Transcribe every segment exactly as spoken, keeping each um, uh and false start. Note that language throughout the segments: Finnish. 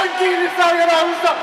Otetaan kiinni sarjanauhista!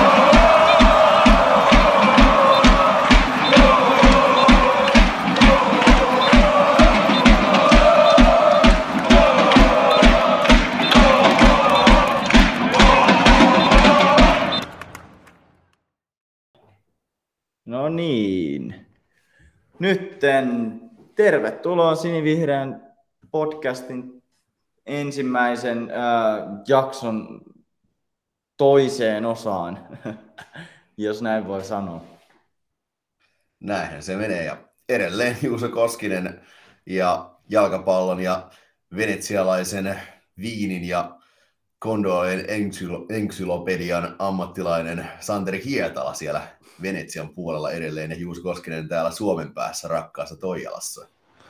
No niin. Nytten tervetuloa Sinivihreän podcastin ensimmäisen äh, jakson toiseen osaan, jos näin voi sanoa. Näinhän se menee. Ja edelleen Juuso Koskinen ja jalkapallon ja venetsialaisen viinin ja kondolen enksylopedian ammattilainen Santeri Hietala siellä Venetsian puolella edelleen ja Juuso Koskinen täällä Suomen päässä rakkaassa Toijalassa.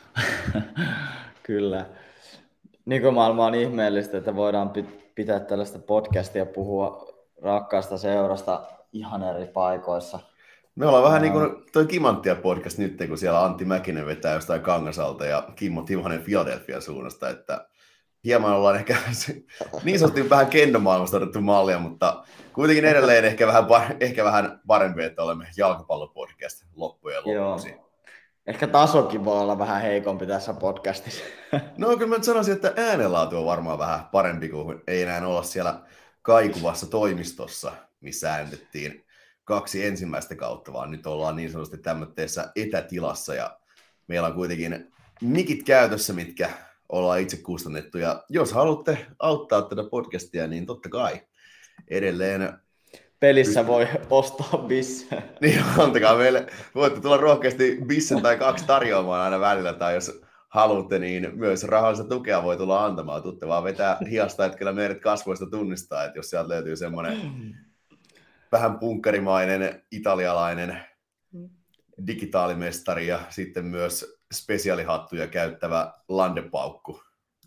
Kyllä. Nyky-maailma on ihmeellistä, että voidaan pitää tällaista podcastia ja puhua rakkaasta seurasta ihan eri paikoissa. Me ollaan vähän no. niin kuin toi Kimanttia podcast nyt, kun siellä Antti Mäkinen vetää jostain Kangasalta ja Kimmo Timonen Philadelphian suunnasta, että hieman ollaan ehkä niin sanotusti vähän kendomaailmasta otettu mallia, mutta kuitenkin edelleen ehkä vähän, ehkä vähän parempi, että olemme jalkapallopodcast loppujen lopuksi. Ehkä tasokin voi olla vähän heikompi tässä podcastissa. No kyllä mä sanoisin, että äänenlaatu on varmaan vähän parempi, kuin ei enää olla siellä kaikuvassa toimistossa, missä äänitettiin kaksi ensimmäistä kautta, vaan nyt ollaan niin sanotusti tämmöisessä etätilassa ja meillä on kuitenkin mikit käytössä, mitkä ollaan itse kustannettu. Ja jos haluatte auttaa tätä podcastia, niin totta kai edelleen pelissä voi ostaa bisse. Niin, antakaa meille. Voitte tulla rohkeasti bissen tai kaksi tarjoamaan aina välillä, tai jos haluatte, niin myös rahallista tukea voi tulla antamaan. Tutte vaan vetää hiasta, että kyllä meidät kasvoista tunnistaa, että jos sieltä löytyy semmoinen vähän punkkarimainen, italialainen digitaalimestari ja sitten myös spesiaalihattuja käyttävä landepaukku.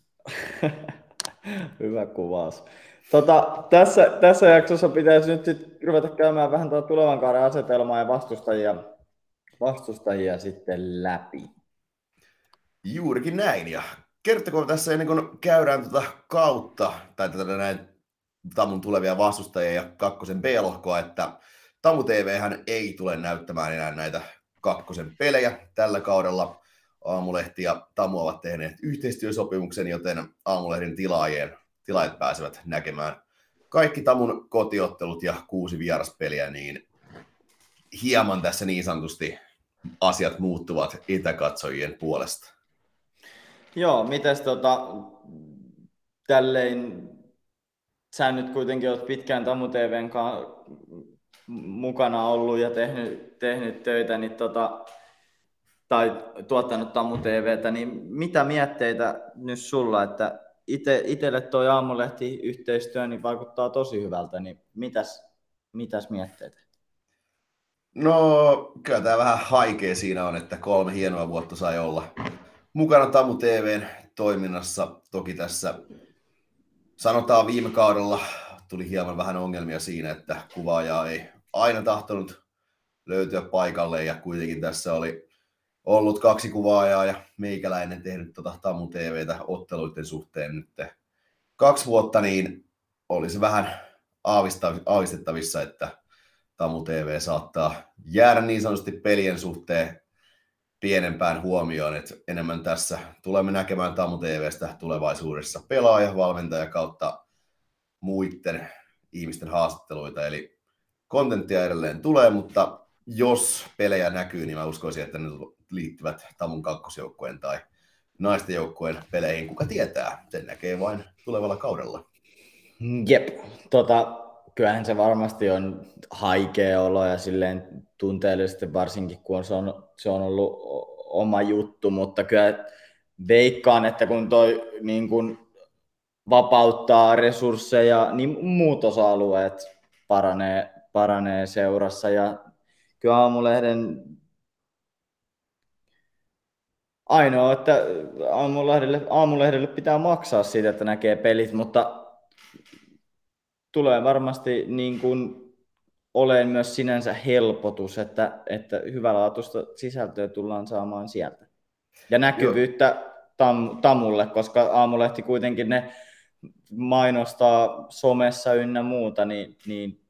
Hyvä kuvaus. Tota, tässä, tässä jaksossa pitäisi nyt sit ruveta käymään vähän tuota tulevan kauden asetelmaa ja vastustajia, vastustajia sitten läpi. Juurikin näin. Ja kertokaa tässä ennen kuin käydään tuota kautta tai tätä näin Tamun tulevia vastustajia ja kakkosen B-lohkoa, että Tamu T V:hän ei tule näyttämään enää näitä kakkosen pelejä tällä kaudella. Aamulehti ja Tamu ovat tehneet yhteistyösopimuksen, joten Aamulehden tilaajien tilaajat pääsevät näkemään kaikki Tamun kotiottelut ja kuusi vieraspeliä, niin hieman tässä niin sanotusti asiat muuttuvat etäkatsojien puolesta. Joo, mites tota, tälleen, sä nyt kuitenkin olet pitkään Tamu T V:n kanssa mukana ollut ja tehnyt, tehnyt töitä, niin tota, tai tuottanut Tamu T V:tä, niin mitä mietteitä nyt sulla, että Ite, itelle toi Aamulehti-yhteistyö niin vaikuttaa tosi hyvältä, niin mitäs, mitäs mietteitä? No, kyllä tämä vähän haikea siinä on, että kolme hienoa vuotta sai olla mukana Tamu T V:n toiminnassa. Toki tässä sanotaan viime kaudella tuli hieman vähän ongelmia siinä, että kuvaajaa ei aina tahtonut löytyä paikalle ja kuitenkin tässä oli ollut kaksi kuvaajaa ja meikäläinen tehnyt tuota Tamu T V:tä otteluiden suhteen nyt kaksi vuotta, niin olisi vähän aavistettavissa, että Tamu T V saattaa jäädä niin sanotusti pelien suhteen pienempään huomioon, että enemmän tässä tulemme näkemään Tamu T V:stä tulevaisuudessa pelaaja, valmentaja kautta muiden ihmisten haastatteluita, eli kontenttia edelleen tulee, mutta jos pelejä näkyy, niin mä uskoisin, että ne liittyvät Tamun kakkosjoukkueen tai naisten joukkueen peleihin. Kuka tietää, sen näkee vain tulevalla kaudella. Jep, tota, kyllähän se varmasti on haikea olo ja silleen tunteellisesti varsinkin, kun se on, se on ollut oma juttu, mutta kyllä veikkaan, että kun toi niin kun vapauttaa resursseja, niin muut osa-alueet paranee, paranee seurassa ja kyllä Aamulehden ainoa, että Aamulehdelle, Aamulehdelle pitää maksaa siitä, että näkee pelit, mutta tulee varmasti niin kuin olemaan myös sinänsä helpotus, että, että hyvälaatuista sisältöä tullaan saamaan sieltä. Ja näkyvyyttä tam, Tamulle, koska Aamulehti kuitenkin ne mainostaa somessa ynnä muuta, niin, niin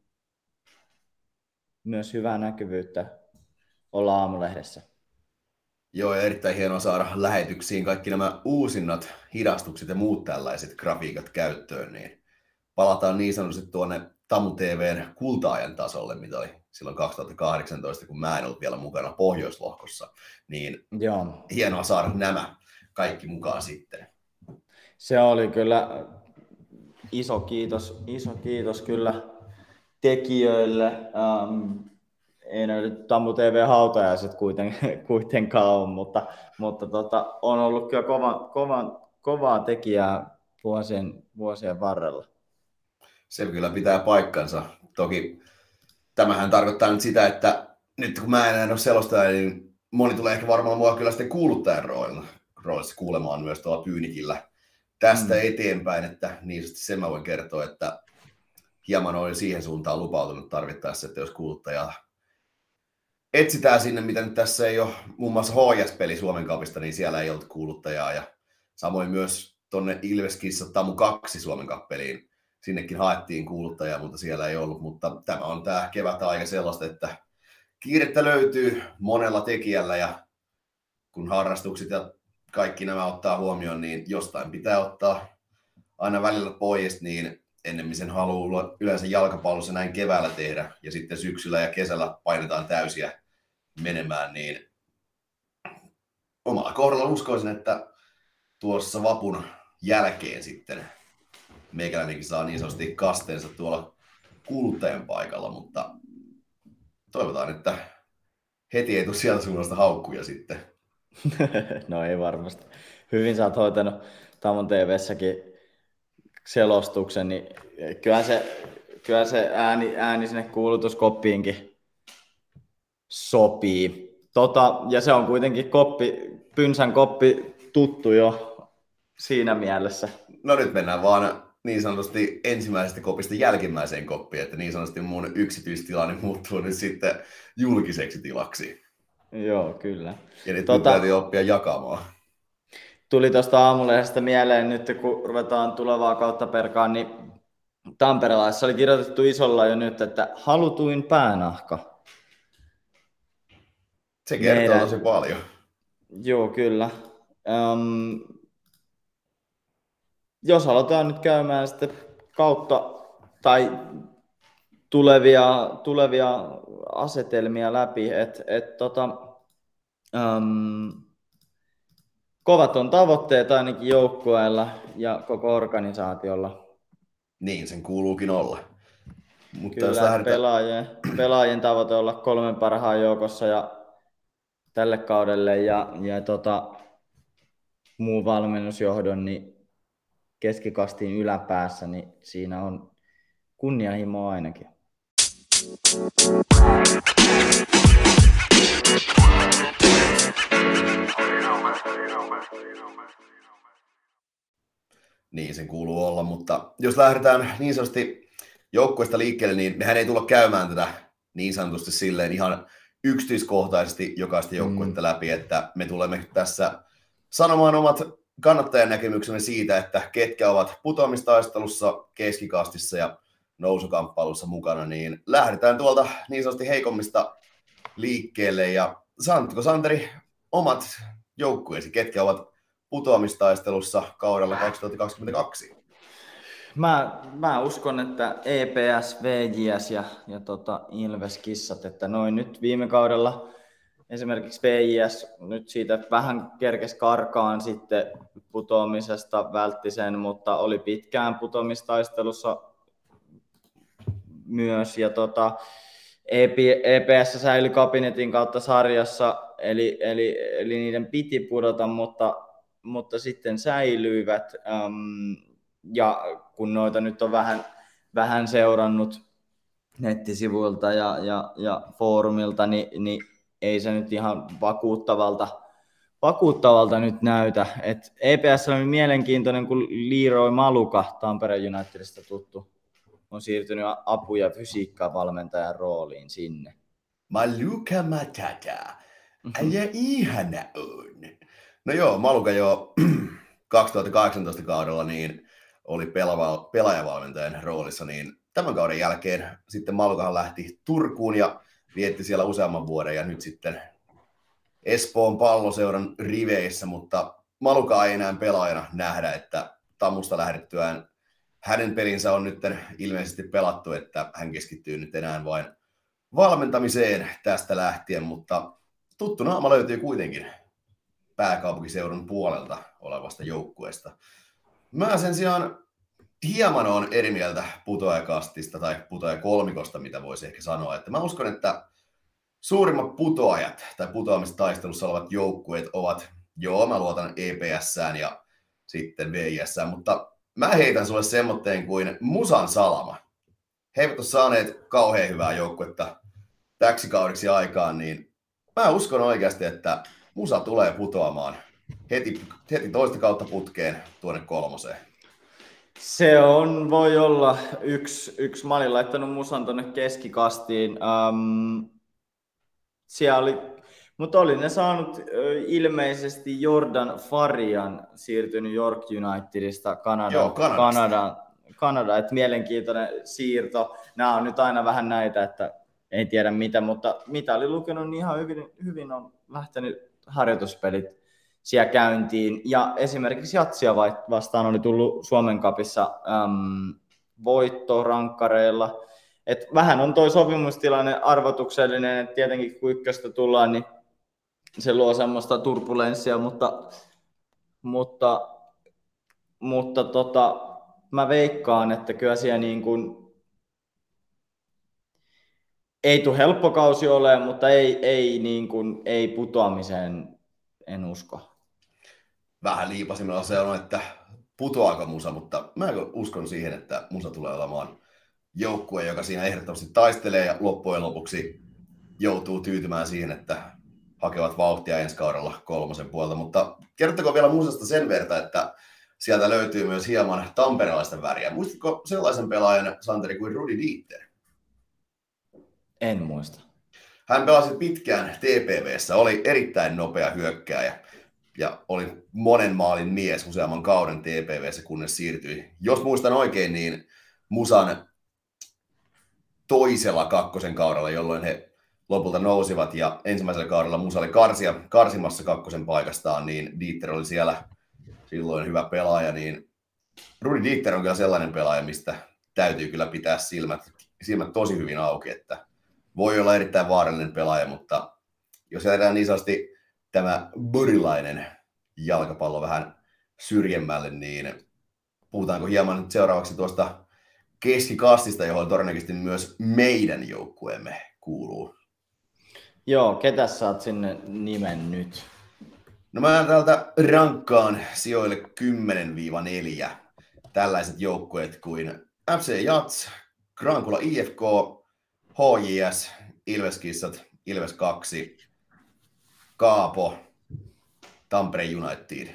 myös hyvää näkyvyyttä olla Aamulehdessä. Joo, ja erittäin hienoa saada lähetyksiin kaikki nämä uusinnat hidastukset ja muut tällaiset grafiikat käyttöön, niin palataan niin sanotusti tuonne Tamu T V:n kulta-ajan tasolle, mitä oli silloin kaksituhattakahdeksantoista, kun mä en ollut vielä mukana Pohjoislohkossa, niin Joo. hienoa saada nämä kaikki mukaan sitten. Se oli kyllä iso kiitos, iso kiitos kyllä tekijöille. Ähm, ei ne nyt Tamu T V-hautajaiset kuiten, kuitenkaan ole, mutta, mutta tota, on ollut kyllä kova, kova, kovaa tekijää vuosien, vuosien varrella. Se kyllä pitää paikkansa. Toki tämähän tarkoittaa nyt sitä, että nyt kun mä en enää ole selostaja, niin moni tulee ehkä varmaan mua kyllä sitten kuuluttajan roolissa kuulemaan myös tuolla Pyynikillä tästä mm. eteenpäin, että niin sen mä voin kertoa, että hieman olen siihen suuntaan lupautunut tarvittaessa, että jos kuuluttaja etsitään sinne, mitä nyt tässä ei ole, muun muassa H S Peli Suomen Cupista, niin siellä ei ollut kuuluttajaa, ja samoin myös tuonne Ilveskissa Tamu kaksi Suomen Cup-peliin, sinnekin haettiin kuuluttajaa, mutta siellä ei ollut, mutta tämä on tämä kevät aika sellaista, että kiirettä löytyy monella tekijällä, ja kun harrastukset ja kaikki nämä ottaa huomioon, niin jostain pitää ottaa aina välillä pois, niin ennemmin sen haluaa yleensä jalkapallossa näin keväällä tehdä, ja sitten syksyllä ja kesällä painetaan täysiä menemään, niin omalla kohdalla uskoisin, että tuossa vapun jälkeen sitten meikäläinenkin saa niin sanotusti kasteensa tuolla kuuluttajan paikalla, mutta toivotaan, että heti ei tule sieltä suunnasta haukkuja sitten. No ei varmasti. Hyvin sä oot hoitanut Tamon T V:ssäkin selostuksen, niin kyllä se, kyllä se ääni, ääni sinne kuulutuskoppiinkin sopii. Tota, ja se on kuitenkin koppi, Pynsän koppi tuttu jo siinä mielessä. No nyt mennään vaan niin sanotusti ensimmäisestä kopista jälkimmäiseen koppiin, että niin sanotusti mun yksityistilani muuttuu nyt sitten julkiseksi tilaksi. Joo, kyllä. Ja nyt tota, täytyy oppia jakamaan. Tuli tuosta Aamulehdestä mieleen nyt, kun ruvetaan tulevaa kautta perkaan, niin tamperelaisessa oli kirjoitettu isolla jo nyt, että halutuin päänahka. Se kertoo Meidän... tosi paljon. Joo, kyllä. Um, jos aloitetaan nyt käymään sitten kautta tai tulevia, tulevia asetelmia läpi, että et, tota, um, kovat on tavoitteet ainakin joukkueella ja koko organisaatiolla. Niin, sen kuuluukin olla. Mutta kyllä, lähdetään... pelaajien, pelaajien tavoite olla kolmen parhaan joukossa ja tälle kaudelle ja, ja tota, muu valmennusjohdon niin keskikastiin yläpäässä, niin siinä on kunnianhimoa ainakin. Niin sen kuuluu olla, mutta jos lähdetään niin sanotusti joukkueesta liikkeelle, niin mehän ei tulla käymään tätä niin sanotusti silleen ihan yksityiskohtaisesti jokaista joukkuetta mm. läpi, että me tulemme tässä sanomaan omat kannattajan näkemyksemme siitä, että ketkä ovat putoamistaistelussa, keskikastissa ja nousukamppailussa mukana, niin lähdetään tuolta niin sanotusti heikommista liikkeelle. Ja sanotko Santeri omat joukkueesi, ketkä ovat putoamistaistelussa kaudella kaksituhattakaksikymmentäkaksi? Mä, mä uskon, että E P S, V J S ja, ja tota Ilves-kissat, että noin nyt viime kaudella esimerkiksi V J S nyt siitä vähän kerkesi karkaan sitten putoamisesta, vältti sen, mutta oli pitkään putoamistaistelussa myös. Ja tota, E P S säilyi kabinetin kautta sarjassa, eli, eli, eli niiden piti pudota, mutta, mutta sitten säilyivät. Um, ja kun noita nyt on vähän, vähän seurannut nettisivuilta ja, ja, ja foorumilta, niin, niin ei se nyt ihan vakuuttavalta, vakuuttavalta nyt näytä. Et E P S on mielenkiintoinen, kun Leroy Maluka, Tampereen Unitedista tuttu, on siirtynyt apu- ja fysiikkavalmentajan rooliin sinne. Maluka Matata, äijä ihana on. No joo, Maluka jo kaksituhattakahdeksantoista kaudella niin oli pelava, pelaajavalmentajan roolissa, niin tämän kauden jälkeen sitten Malukahan lähti Turkuun ja vietti siellä useamman vuoden ja nyt sitten Espoon Palloseuran riveissä, mutta Maluka ei enää pelaajana nähdä, että Tamusta lähdettyään hänen pelinsä on nyt ilmeisesti pelattu, että hän keskittyy nyt enää vain valmentamiseen tästä lähtien, mutta tuttu naama löytyy kuitenkin pääkaupunkiseudun puolelta olevasta joukkueesta. Mä sen sijaan hieman on eri mieltä putoajakastista tai putoajakolmikosta, mitä voisi ehkä sanoa. Että mä uskon, että suurimmat putoajat tai putoamistaistelussa olevat joukkueet ovat, joo, mä luotan E P S:ään ja sitten V I S:ään, mutta mä heitän sulle semmoitteen kuin Musan Salama. He eivät ole saaneet kauhean hyvää joukkuetta täksi kaudeksi aikaan, niin mä uskon oikeasti, että Musa tulee putoamaan heti, heti toista kautta putkeen tuonne kolmoseen. Se on, voi olla yksi, yksi. Mä olin laittanut Musan tuonne keskikastiin. Um, siellä oli, mutta oli ne saanut uh, ilmeisesti Jordan Farian siirtynyt York Unitedista Kanadaan. Kanadaan. Kanada, että mielenkiintoinen siirto. Nämä on nyt aina vähän näitä, että ei tiedä mitä, mutta mitä oli lukenut, niin ihan hyvin, hyvin on lähtenyt harjoituspelit siellä käyntiin. Ja esimerkiksi Jatsia vastaan oli tullut Suomen Cupissa äm, voitto rankkareilla. Et vähän on toi sopimustilanne arvotuksellinen, että tietenkin kun ykköstä tullaan, niin se luo semmoista turbulenssia, mutta, mutta, mutta tota, mä veikkaan, että kyllä siellä niin kuin ei tule helppo kausi ole, mutta ei, ei, niin kuin, ei putoamiseen, en usko. Vähän liipasimella se on, että putoaako Musa, mutta mä uskon siihen, että Musa tulee olemaan joukkue, joka siinä ehdottomasti taistelee ja loppujen lopuksi joutuu tyytymään siihen, että hakevat vauhtia ensi kaudella kolmosen puolta. Mutta kertokaa vielä Musasta sen verran, että sieltä löytyy myös hieman tamperelaista väriä. Muistatko sellaisen pelaajan, Santeri, kuin Rudi Dieter? En muista. Hän pelasi pitkään T P V:ssä, oli erittäin nopea hyökkääjä ja oli monen maalin mies useamman kauden T P V:ssä, kunnes siirtyi. Jos muistan oikein, niin Musan toisella kakkosen kaudella, jolloin he lopulta nousivat ja ensimmäisellä kaudella Musa oli karsia, karsimassa kakkosen paikastaan, niin Dieter oli siellä silloin hyvä pelaaja, niin Rudi Dieter on kyllä sellainen pelaaja, mistä täytyy kyllä pitää silmät, silmät tosi hyvin auki, että voi olla erittäin vaarallinen pelaaja, mutta jos jätetään niin sanotusti tämä borilainen jalkapallo vähän syrjemmälle, niin puhutaanko hieman nyt seuraavaksi tuosta keskikastista, johon todennäköisesti myös meidän joukkueemme kuuluu. Joo, ketä sä oot sinne nimen nyt? No mä täältä rankkaan sijoille kymmenen neljä tällaiset joukkueet kuin F C Jats, Grankula I F K, H J S, Ilveskissat, Ilves kaksi, Kaapo, Tampere United.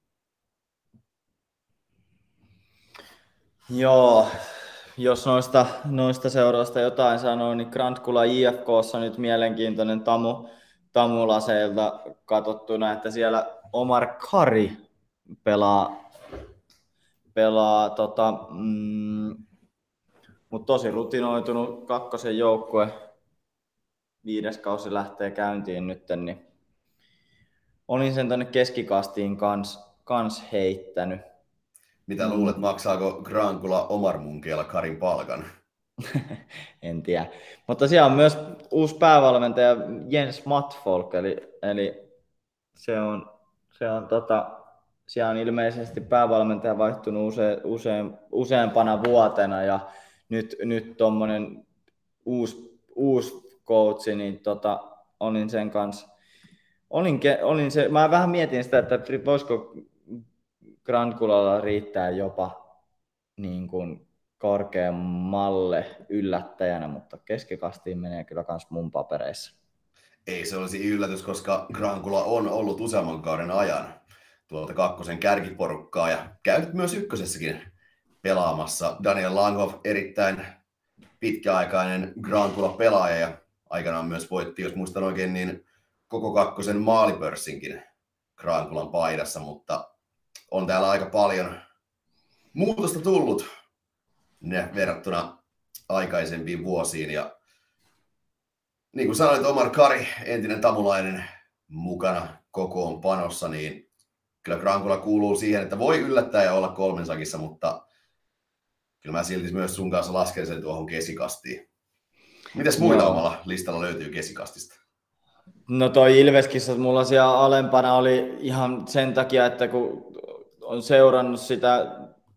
Joo, jos noista, noista seuroista jotain sanoo, niin Grantkula I F K:ssa nyt mielenkiintoinen Tamu, Tamulaseilta katsottuna, että siellä Omar Kari pelaa, pelaa tota, mm, mutta tosi rutinoitunut kakkosen joukkue. Viides kausi lähtee käyntiin nyt, niin olin sen tänne keskikastiin kans, kans heittänyt. Mitä luulet, maksaako Grankula Omar Munkeella Karin palkan? En tiedä. Mutta siellä on myös uusi päävalmentaja Jens Matfolk, eli, eli se on, se on tota, siellä on ilmeisesti päävalmentaja vaihtunut use, usein, useampana vuotena ja nyt, nyt tuommoinen uusi, uusi coachi, niin tota, olin sen kanssa, olin, olin se, mä vähän mietin sitä, että voisiko Grandkulalla riittää jopa niin kuin korkeammalle yllättäjänä, mutta keskikastiin menee kyllä kans mun papereissa. Ei se olisi yllätys, koska Grankula on ollut useamman kauden ajan tuolta kakkosen kärkiporukkaa ja käynyt myös ykkösessäkin pelaamassa. Daniel Langhoff erittäin pitkäaikainen Grankula-pelaaja ja aikanaan myös voitti, jos muistan oikein, niin koko kakkosen maalipörssinkin Grankulan paidassa, mutta on täällä aika paljon muutosta tullut ne verrattuna aikaisempiin vuosiin. Ja niin kuin sanoit, Omar Kari, entinen tamulainen, mukana kokoonpanossa, niin kyllä Grankula kuuluu siihen, että voi yllättää ja olla kolmen sakissa, mutta kyllä mä silti myös sun kanssa lasken sen tuohon kesikastiin. Mites muita Joo. omalla listalla löytyy kesikastista? No toi Ilveskissa mulla siellä alempana oli ihan sen takia, että kun on seurannut sitä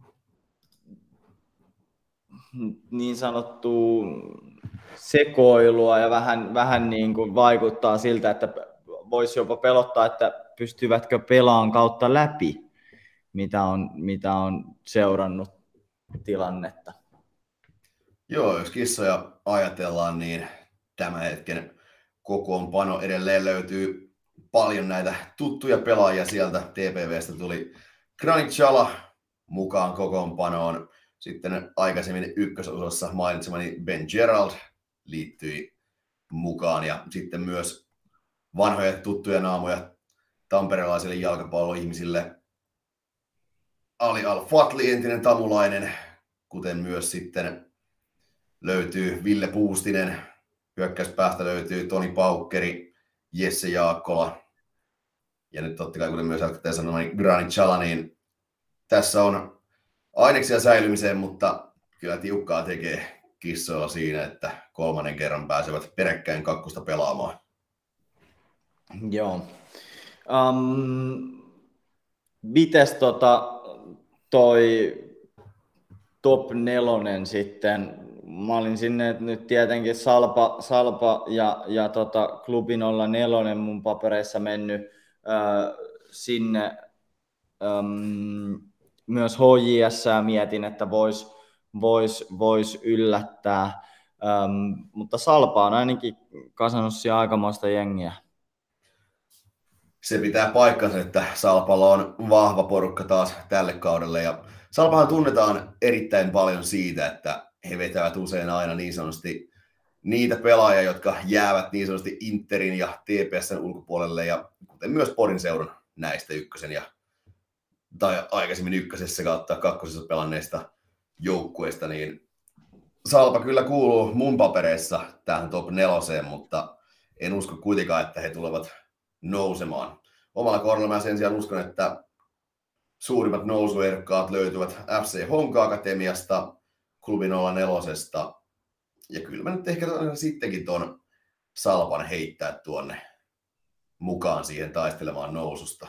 niin sanottua sekoilua ja vähän, vähän niin kuin vaikuttaa siltä, että voisi jopa pelottaa, että pystyvätkö pelaamaan kautta läpi, mitä on, mitä on seurannut tilannetta. Joo, jos kissoja ajatellaan, niin tämän hetken kokoonpano edelleen löytyy paljon näitä tuttuja pelaajia sieltä. T P V:stä tuli Granit Xhaka mukaan kokoonpanoon. Sitten aikaisemmin ykkösosassa mainitsemani Ben Gerald liittyi mukaan. Ja sitten myös vanhoja tuttuja naamoja tamperelaisille jalkapalloihmisille. Ali Al-Fatli, entinen tamulainen, kuten myös sitten löytyy Ville Puustinen. Hyökkäyspäästä löytyy Toni Paukkeri, Jesse Jaakkola. Ja nyt totta kai, kuten myös äsken sanoin, niin Granit Xhaka, niin tässä on aineksia säilymiseen, mutta kyllä tiukkaa tekee kissoilla siinä, että kolmannen kerran pääsevät peräkkäin kakkosta pelaamaan. Joo. Um, mites tota, toi top nelonen sitten? Mä olin sinne nyt tietenkin Salpa, Salpa ja, ja tota, klubi nolla neljä mun papereissa mennyt äh, sinne. Um, myös H J S mietin, että voisi vois, vois yllättää, um, mutta Salpa on ainakin kasannut siellä aikamoista jengiä. Se pitää paikkansa, että Salpalla on vahva porukka taas tälle kaudelle. Ja Salpahan tunnetaan erittäin paljon siitä, että he vetävät usein aina niin sanotusti niitä pelaajia, jotka jäävät niin sanotusti Interin ja T P S:n ulkopuolelle, ja kuten myös Porin seuran näistä ykkösen ja tai aikaisemmin ykkösessä kautta kakkosessa pelanneista joukkueista, niin Salpa kyllä kuuluu mun papereissa tähän top neloseen, mutta en usko kuitenkaan, että he tulevat nousemaan. Omalla kohdalla mä sen sijaan uskon, että suurimmat nousuehdokkaat löytyvät F C Honka Akatemiasta, klubi nolla neljä, ja kyllä mä nyt ehkä sittenkin tuon Salpan heittää tuonne mukaan siihen taistelemaan noususta.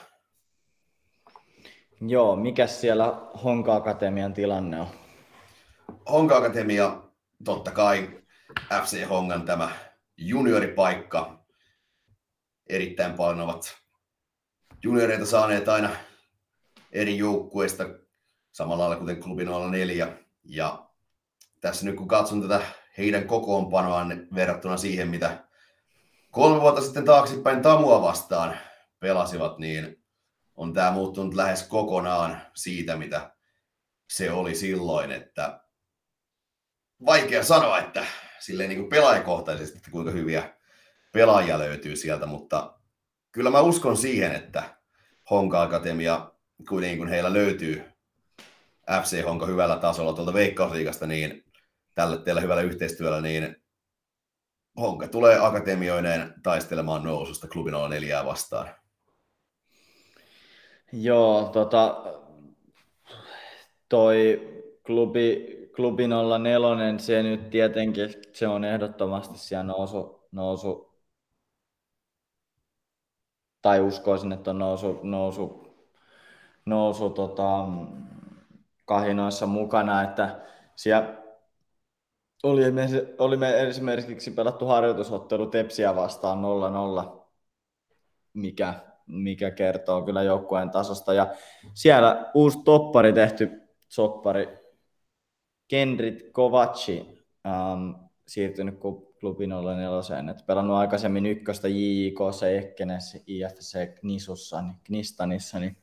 Joo, mikäs siellä Honka Akatemian tilanne on? Honka Akatemia, totta kai F C Hongan tämä junioripaikka. Erittäin paljon ovat junioreita saaneet aina eri joukkueista, samalla lailla kuten klubi nolla neljä. Ja tässä nyt kun katson tätä heidän kokoonpanoaan verrattuna siihen, mitä kolme vuotta sitten taaksepäin Tamua vastaan pelasivat, niin on tämä muuttunut lähes kokonaan siitä, mitä se oli silloin. Että vaikea sanoa, että silleen niin kuin pelaajakohtaisesti, että kuinka hyviä pelaajia löytyy sieltä, mutta kyllä mä uskon siihen, että Honka Akatemia, kuitenkin kun heillä löytyy F C Honka hyvällä tasolla tuolta Veikkausliigasta, niin tällä teillä hyvällä yhteistyöllä, niin Honka tulee akatemioineen taistelemaan noususta klubi nolla neljä vastaan. Joo, tota, toi klubi, klubi nolla neljä, se nyt tietenkin, se on ehdottomasti siellä nousu, nousu tai uskoisin, että on nousu, nousu, nousu tota, kahinoissa mukana, että siellä oli, oli me esimerkiksi pelattu harjoitusottelu Tepsiä vastaan nolla nolla, mikä, mikä kertoo kyllä joukkueen tasosta. Ja siellä uusi toppari tehty, soppari Kendrit Kovaci, ähm, siirtynyt klubi nolla neljä, että pelannut aikaisemmin ykköstä J J K C Ekkenessä, I F C Knisussa, niin Knistanissa, niin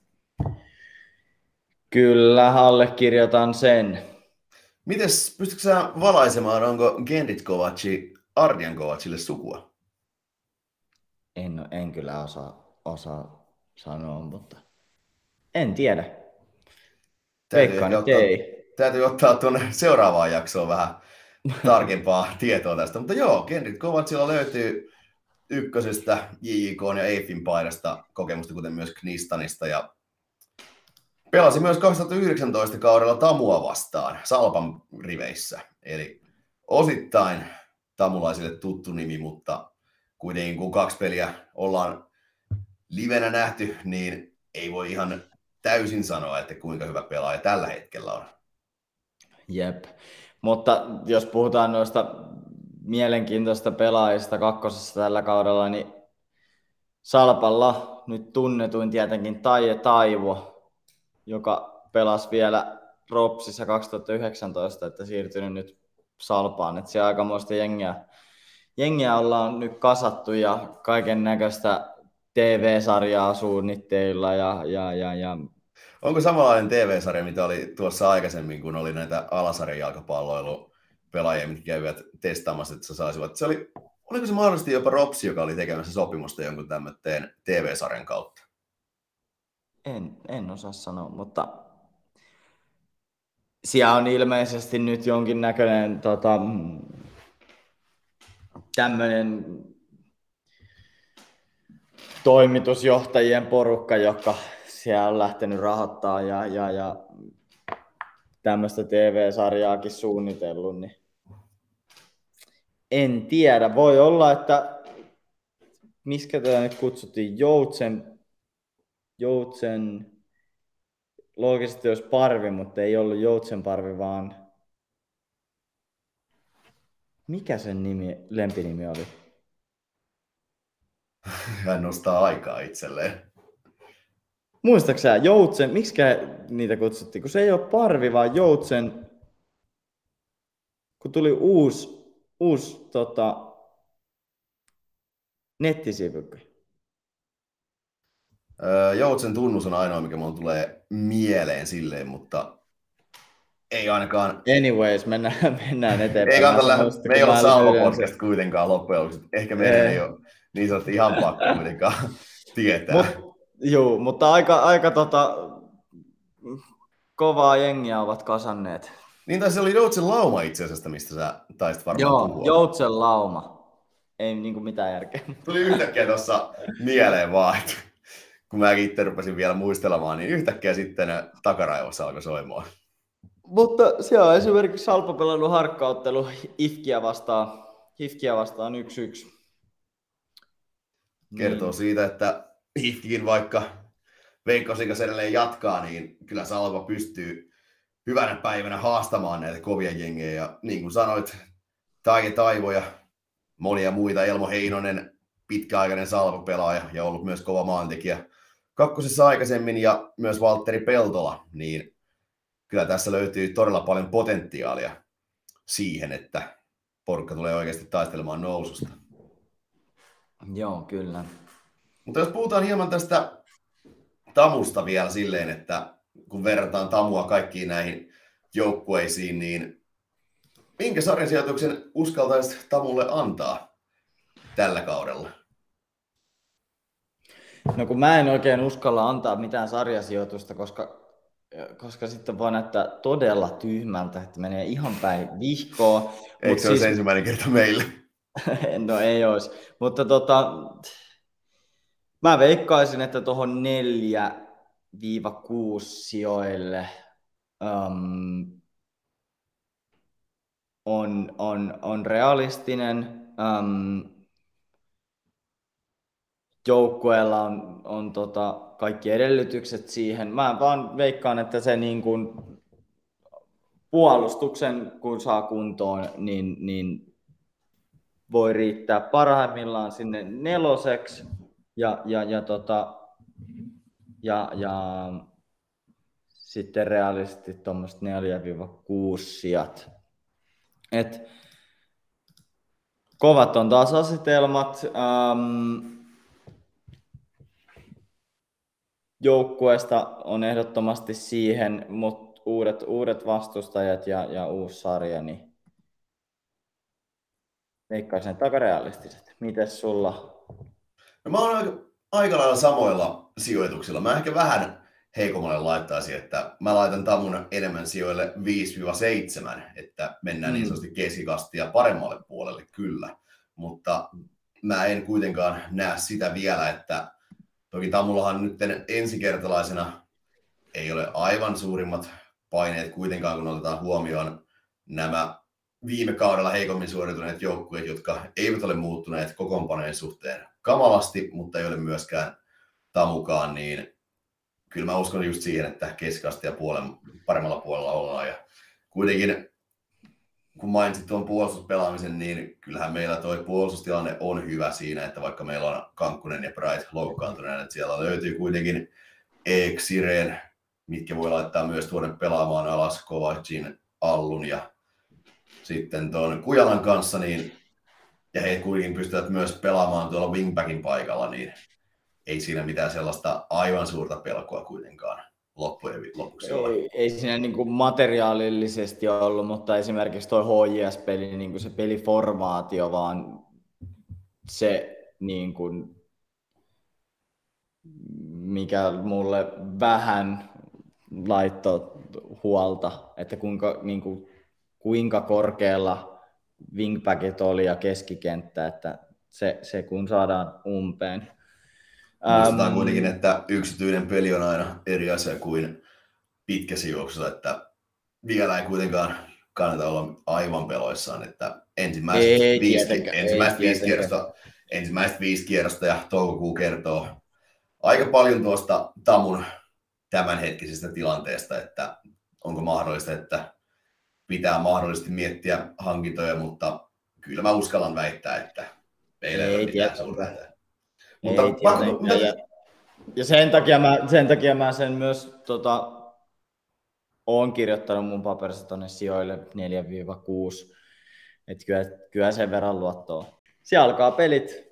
kyllä allekirjoitan sen. Mites, pystytkö sä valaisemaan, onko Kendrit Kovaci Ardian Kovacille sukua? En, en kyllä osaa, osaa sanoa, mutta en tiedä. täytyy Veikkaan, ehkä että ottaa, ei. täytyy ottaa tuonne seuraavaan jaksoon vähän tarkempaa tietoa tästä. Mutta joo, Kendrick Kovatsilla löytyy ykkösestä, J J K:n ja Eiffin paidasta kokemusta, kuten myös Knistanista. Ja pelasi myös kaksituhattayhdeksäntoista kaudella Tamua vastaan Salpan riveissä. Eli osittain tamulaisille tuttu nimi, mutta kuitenkin kun kaksi peliä ollaan livenä nähty, niin ei voi ihan täysin sanoa, että kuinka hyvä pelaaja tällä hetkellä on. Jep. Mutta jos puhutaan noista mielenkiintoista pelaajista kakkosessa tällä kaudella, niin Salpalla nyt tunnetuin tietenkin Taije Taivo, joka pelasi vielä Ropsissa kaksituhattayhdeksäntoista, että siirtynyt nyt Salpaan. Että siellä aikamoista jengiä, jengiä ollaan nyt kasattu ja kaiken näköistä T V-sarjaa suunnitteilla ja, ja, ja, ja Onko samanlainen T V-sarja, mitä oli tuossa aikaisemmin, kun oli näitä alasarjan jalkapalloilupelaajia, mitkä kävivät testaamassa, että saisivat. Se oli, oliko se mahdollisesti jopa Ropsi, joka oli tekemässä sopimusta jonkun tämmöisen T V-sarjan kautta? En, en osaa sanoa, mutta siellä on ilmeisesti nyt jonkinnäköinen tota, tämmöinen toimitusjohtajien porukka, joka siellä on lähtenyt rahoittaa ja, ja, ja tämmöistä T V-sarjaakin suunnitellut, niin en tiedä. Voi olla, että miskä tätä nyt kutsuttiin, Joutsen, Joutsen, loogisesti olisi parvi, mutta ei ollut Joutsen parvi, vaan mikä sen nimi, lempinimi oli? Hän nostaa aikaa itselleen. Muistaaksä Joutsen, miksi niitä kutsuttiin? Kun se ei ole parvi, vaan Joutsen, kun tuli uusi, uusi tota, nettisivu. Öö, Joutsen tunnus on ainoa, mikä mulle tulee mieleen silleen, mutta ei ainakaan... Anyways, mennään, mennään eteenpäin. Ei kannata lähteä, me ei ole Salvo-podcast kuitenkaan loppujen lopuksi. Ehkä meidän ei, ei ole niin sanottu ihan pakko kuitenkaan tietää. Mut, juu, mutta aika, aika tota, kovaa jengiä ovat kasanneet. Niin tai se oli Joutsen lauma itse asiassa, mistä sä taisit varmaan Joo, puhua. Joutsen lauma. Ei niinku mitään järkeä. Tuli yhtäkkiä tuossa mieleen vaan, että kun mäkin itse rupesin vielä muistelemaan, niin yhtäkkiä sitten takaraivossa alkoi soimaan. Mutta siellä on esimerkiksi Salpa pelannut harkkaottelu Ifkiä vastaan, Ifkiä vastaan yksi yksi. Kertoo niin siitä, että Ifkikin vaikka Veikko Sikas edelleen jatkaa, niin kyllä Salpa pystyy hyvänä päivänä haastamaan näitä kovia jengejä. Ja niin kuin sanoit, Taije Taivo ja monia muita, Elmo Heinonen, pitkäaikainen Salpa-pelaaja ja ollut myös kova maantekijä kakkosessa aikaisemmin, ja myös Valtteri Peltola, niin kyllä tässä löytyy todella paljon potentiaalia siihen, että porukka tulee oikeasti taistelemaan noususta. Joo, kyllä. Mutta jos puhutaan hieman tästä Tamusta vielä silleen, että kun verrataan Tamua kaikkiin näihin joukkueisiin, niin minkä sarjasijoituksen uskaltaisit Tamulle antaa tällä kaudella? No kun mä en oikein uskalla antaa mitään sarjasijoitusta, koska, koska sitten voi näyttää todella tyhmältä, että menee ihan päin vihkoa. Eikö se siis... olisi ensimmäinen kerta meille? No ei olisi, mutta tota, mä veikkaisin, että tuohon neljä kuusi sijoille um, on, on, on realistinen. Um, joukkueella on, on tota kaikki edellytykset siihen. Mä vaan veikkaan, että se niin kuin puolustuksen kun saa kuntoon, niin, niin voi riittää parhaimmillaan sinne neloseksi ja, ja, ja, tota, ja, ja sitten realistisesti tuommoiset neljä kuusi sijat. Et kovat on taas asetelmat. Ähm, joukkueesta on ehdottomasti siihen, mutta uudet, uudet vastustajat ja, ja uusi sarja, niin veikkaisin aika realistiset. Mites sulla? No mä oon aika, aika lailla samoilla sijoituksilla. Mä ehkä vähän heikommalle laittaisi, että mä laitan Tamun enemmän sijoille viisi seitsemän, että mennään mm. niin sanotusti keskikastia paremmalle puolelle kyllä, mutta mä en kuitenkaan näe sitä vielä, että toki Tamullahan nyt ensikertalaisena ei ole aivan suurimmat paineet kuitenkaan, kun otetaan huomioon nämä viime kaudella heikommin suorituneet joukkueet, jotka eivät ole muuttuneet kokoonpanojen suhteen kamalasti, mutta ei ole myöskään Tamukaan, niin kyllä mä uskon just siihen, että keskikastia puolen, paremmalla puolella ollaan. Ja kuitenkin, kun mainitsit tuon puolustuspelaamisen, niin kyllähän meillä tuo puolustustilanne on hyvä siinä, että vaikka meillä on Kankkunen ja Bright loukkaantuneena, että siellä löytyy kuitenkin Eek, Sireen, mitkä voi laittaa myös tuonne pelaamaan alas Kovacin, Allun ja sitten tuon Kujalan kanssa, niin, ja he kuitenkin pystyvät myös pelaamaan tuolla wingbackin paikalla, niin ei siinä mitään sellaista aivan suurta pelkoa kuitenkaan loppujen lopuksi ole. Ei, ei siinä niin kuin materiaalillisesti ollut, mutta esimerkiksi tuo H J S-peli, niin kuin se peliformaatio, vaan se, niin kuin, mikä mulle vähän laittoi huolta, että kuinka, niin kuin, kuinka korkealla wingbackit oli ja keskikenttä, että se, se kun saadaan umpeen. Muistetaan um, kuitenkin, että yksityinen peli on aina eri asia kuin pitkässä juoksussa, että vielä ei kuitenkaan kannata olla aivan peloissaan, että ensimmäiset, ei, viisi, ensimmäiset, viisi, kierrosta, ensimmäiset viisi kierrosta ja toukokuu kertoo aika paljon tuosta Tamun tämänhetkisestä tilanteesta, että onko mahdollista, että pitää mahdollisesti miettiä hankintoja, mutta kyllä mä uskallan väittää, että meillä ei, ei ole mitään suurta. Mutta pakko, ja, ja, ja sen, takia mä, sen takia mä sen myös tota, oon kirjoittanut mun paperissa tuonne sijoille neljä kuusi. Että kyllä, kyllä sen verran luottoa. Siellä alkaa pelit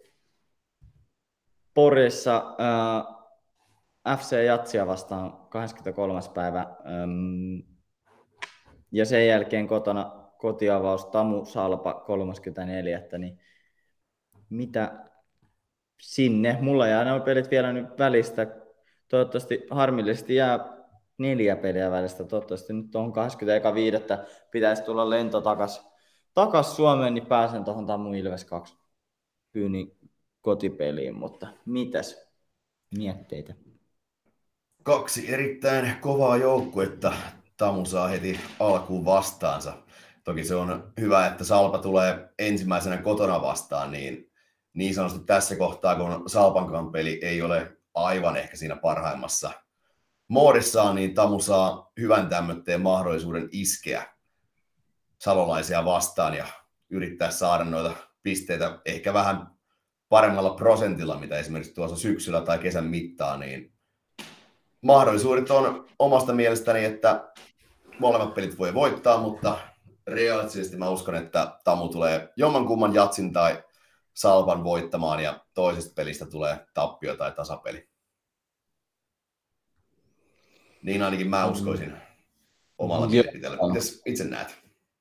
Porissa äh, F C Jatsia vastaan kahdeskymmeneskolmas päivä. Ähm, ja sen jälkeen kotona kotiavaus Tamu Salpa kolmaskymmenesneljäs. Niin mitä sinne? Mulla jää nämä pelit vielä nyt välistä. Toivottavasti harmillisesti jää neljä peliä välistä. Toivottavasti nyt tuohon kahdeskymmenesviides pitäisi tulla lento takas, takas Suomeen, niin pääsen tuohon Tamu Ilves kaksi Pyynin kotipeliin. Mutta mitäs mietteitä? Kaksi erittäin kovaa joukkuetta Tamu saa heti alkuun vastaansa. Toki se on hyvä, että Salpa tulee ensimmäisenä kotona vastaan, niin niin sanotusti tässä kohtaa, kun Salpankaan peli ei ole aivan ehkä siinä parhaimmassa moodissaan, niin Tamu saa hyvän tämmötteen mahdollisuuden iskeä salolaisia vastaan ja yrittää saada noita pisteitä ehkä vähän paremmalla prosentilla, mitä esimerkiksi tuossa syksyllä tai kesän mittaan, niin mahdollisuudet on omasta mielestäni, että molemmat pelit voi voittaa, mutta realistisesti mä uskon, että Tamu tulee jommankumman Jatsin tai Salpan voittamaan ja toisesta pelistä tulee tappio tai tasapeli. Niin ainakin mä uskoisin omalla mielipiteellä. Mites itse näet?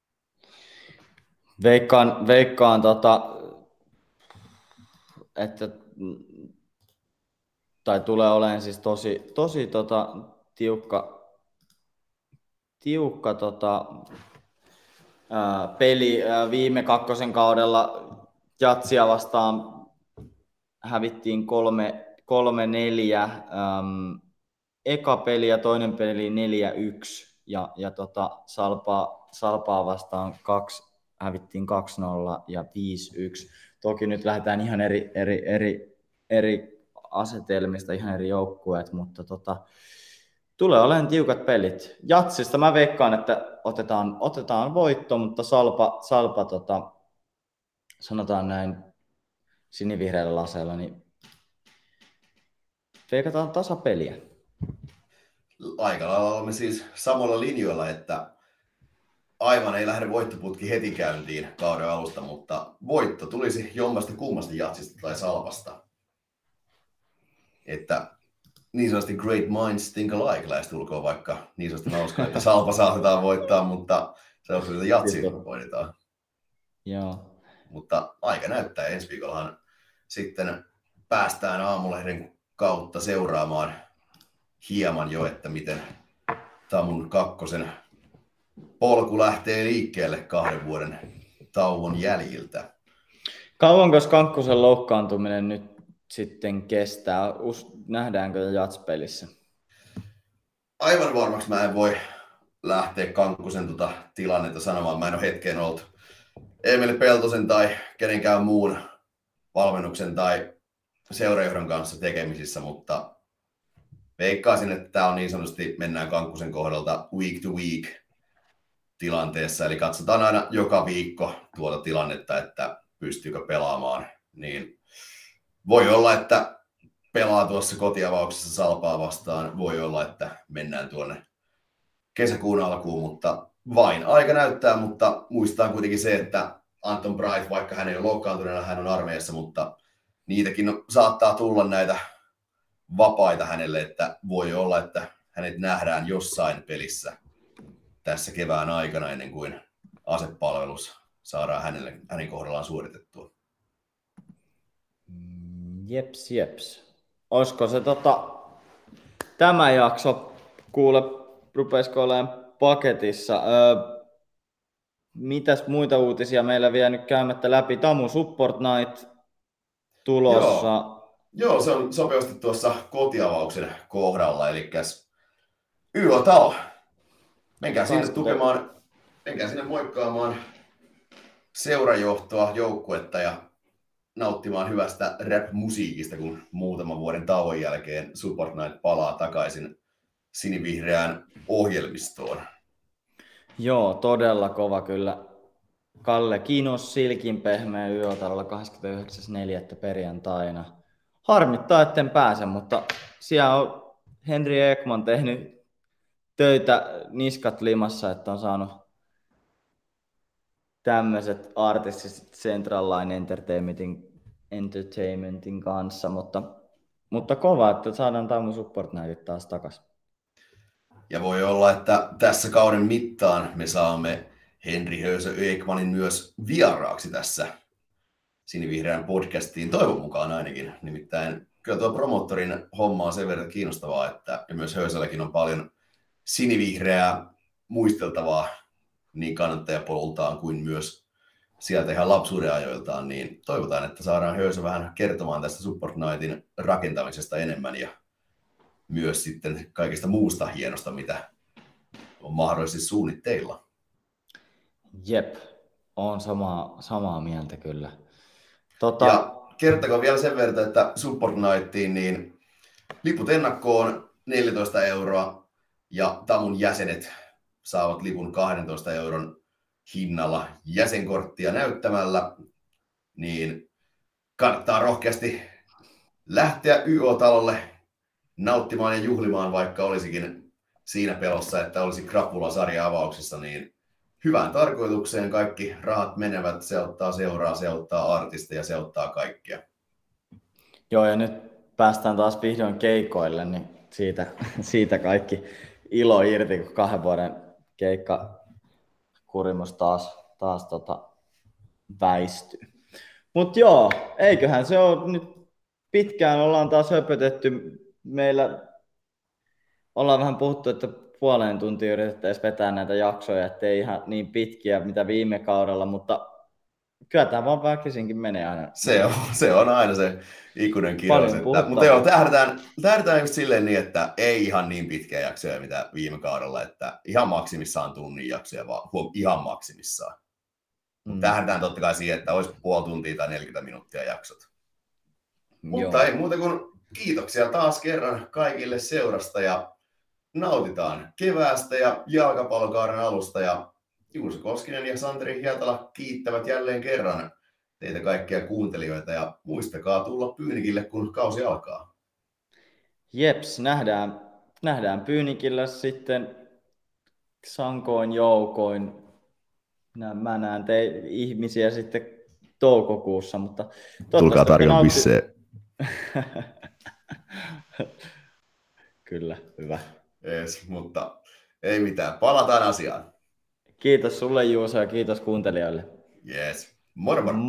Veikkaan, veikkaan tota, että tai tulee olemaan siis tosi, tosi tota, tiukka, tiukka tota, ää, peli. Ää, viime kakkosen kaudella Jatsia vastaan hävittiin kolme, kolme neljä. Ähm, eka peli ja toinen peli neljä yksi. Ja, ja tota, Salpaa, Salpaa vastaan kaksi, hävittiin kaksi nolla ja viisi yksi. Toki nyt lähdetään ihan eri, eri, eri, eri asetelmista, ihan eri joukkueet, mutta tota, tulee olemaan tiukat pelit. Jatsista mä veikkaan, että otetaan, otetaan voitto, mutta Salpa, Salpa tota, sanotaan näin sinivihreällä laseella, niin veikataan tasapeliä. Aika lailla olemme siis samalla linjoilla, että aivan ei lähde voittoputki heti käyntiin kauden alusta, mutta voitto tulisi jommasta kummasta Jatsista tai Salpasta. Että niin sanotusti great minds think alike lähestulkoon, vaikka niin sanotusti mä uskon, että Salpa saatetaan voittaa, mutta se on että Jatsi voitetaan. Joo. Mutta aika näyttää. Ensi viikollahan sitten päästään Aamulehden kautta seuraamaan hieman jo, että miten Tamun kakkosen polku lähtee liikkeelle kahden vuoden tauon jäljiltä. Kauanko Kankkusen loukkaantuminen nyt sitten kestää? Nähdäänkö Jats-pelissä? Aivan varmaksi mä en voi lähteä Kankkusen tota tilannetta sanomaan. Mä en ole hetkeen ollut Emeli Peltosen tai kenenkään muun valmennuksen tai seurajohdon kanssa tekemisissä, mutta veikkaisin, että tämä on niin sanotusti, mennään Kankkusen kohdalta week to week tilanteessa, eli katsotaan aina joka viikko tuota tilannetta, että pystyykö pelaamaan, niin voi olla, että pelaa tuossa kotiavauksessa Salpaa vastaan, voi olla, että mennään tuonne kesäkuun alkuun, mutta vain aika näyttää, mutta muistetaan kuitenkin se, että Anton Bright, vaikka hän ei ole loukkaantuneena, hän on armeijassa, mutta niitäkin saattaa tulla näitä vapaita hänelle, että voi olla, että hänet nähdään jossain pelissä tässä kevään aikana ennen kuin asepalvelus saadaan hänelle, hänen kohdallaan suoritettua. Jeps, jeps. Olisiko se tota, tämä jakso, kuule, rupeisiko olemaan paketissa? Öö, mitäs muita uutisia meillä vielä nyt käymättä läpi? Tamu Support Night tulossa. Joo, Joo se on sopivasti tuossa kotiavauksen kohdalla, eli Y O-talo. Menkää sinne tukemaan, menkää sinne moikkaamaan seurajohtoa, joukkuetta ja nauttimaan hyvästä rap-musiikista, kun muutaman vuoden tauon jälkeen Support Night palaa takaisin sinivihreään ohjelmistoon. Joo, todella kova kyllä. Kalle Kinos silkinpehmeä Y O-talolla kahdeskymmenesyhdeksäs neljättä perjantaina. Harmittaa, etten pääse, mutta siellä on Henri Ekman tehnyt töitä niskat limassa, että on saanut tämmöiset artistit Central Line Entertainmentin, Entertainmentin kanssa, mutta, mutta kova, että saadaan Tamu Support Nightit taas takaisin. Ja voi olla, että tässä kauden mittaan me saamme Henri Höysö Ekmanin myös vieraaksi tässä sinivihreän podcastiin, toivon mukaan ainakin. Nimittäin kyllä tuo promoottorin homma on sen verran kiinnostavaa, että ja myös Höysälläkin on paljon sinivihreää muisteltavaa niin kannattajapolultaan kuin myös sieltä ihan lapsuuden ajoiltaan, niin toivotaan, että saadaan Höysö vähän kertomaan tästä Support Nightin rakentamisesta enemmän ja myös sitten kaikesta muusta hienosta, mitä on mahdollisesti suunnitteilla. Jep, on samaa, samaa mieltä kyllä. Tota... Ja kertakaa vielä sen verran, että Support Nightiin, niin liput ennakkoon neljätoista euroa ja Tamun jäsenet saavat lipun kahdentoista euron hinnalla jäsenkorttia näyttämällä, niin kannattaa rohkeasti lähteä Y O-talolle nauttimaan ja juhlimaan, vaikka olisikin siinä pelossa, että olisi krapula sarja-avauksissa, niin hyvään tarkoitukseen kaikki rahat menevät, se ottaa seuraa, se ottaa artisteja, se ottaa kaikkea. Joo, ja nyt päästään taas vihdoin keikoille, niin siitä, siitä kaikki ilo irti, kun kahden vuoden keikkakurimus taas, taas tota väistyy. Mutta joo, eiköhän se ole nyt pitkään ollaan taas höpötetty. Meillä ollaan vähän puhuttu, että puoleen tuntia yritettäisiin vetää näitä jaksoja, ettei ihan niin pitkiä mitä viime kaudella, mutta kyllä tämä vaan väkisinkin menee aina. Se on, se on aina se ikuinen kirous. Mutta joo, tähdätään, tähdätään just silleen niin, että ei ihan niin pitkiä jaksoja mitä viime kaudella, että ihan maksimissaan tunnin jaksoja, vaan huom, ihan maksimissaan. Mm. Tähdätään totta kai siihen, että olisi puoli tuntia tai neljäkymmentä minuuttia jaksot. Joo. Mutta ei muuta kuin kiitoksia taas kerran kaikille seurasta ja nautitaan keväästä ja jalkapallokauden alusta ja Juuso Koskinen ja Santeri Hietala kiittävät jälleen kerran teitä kaikkia kuuntelijoita ja muistakaa tulla Pyynikille, kun kausi alkaa. Jeps, nähdään, nähdään Pyynikillä sitten sankoin joukoin. Mä näen te ihmisiä sitten toukokuussa, mutta tulkaa tarjoamaan nautti... Kyllä, hyvä. Yes, mutta ei mitään. Palataan asiaan. Kiitos sulle Juuso ja kiitos kuuntelijoille. Yes. Moro moro.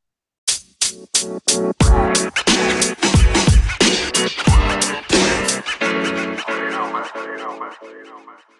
Moro. you know, man.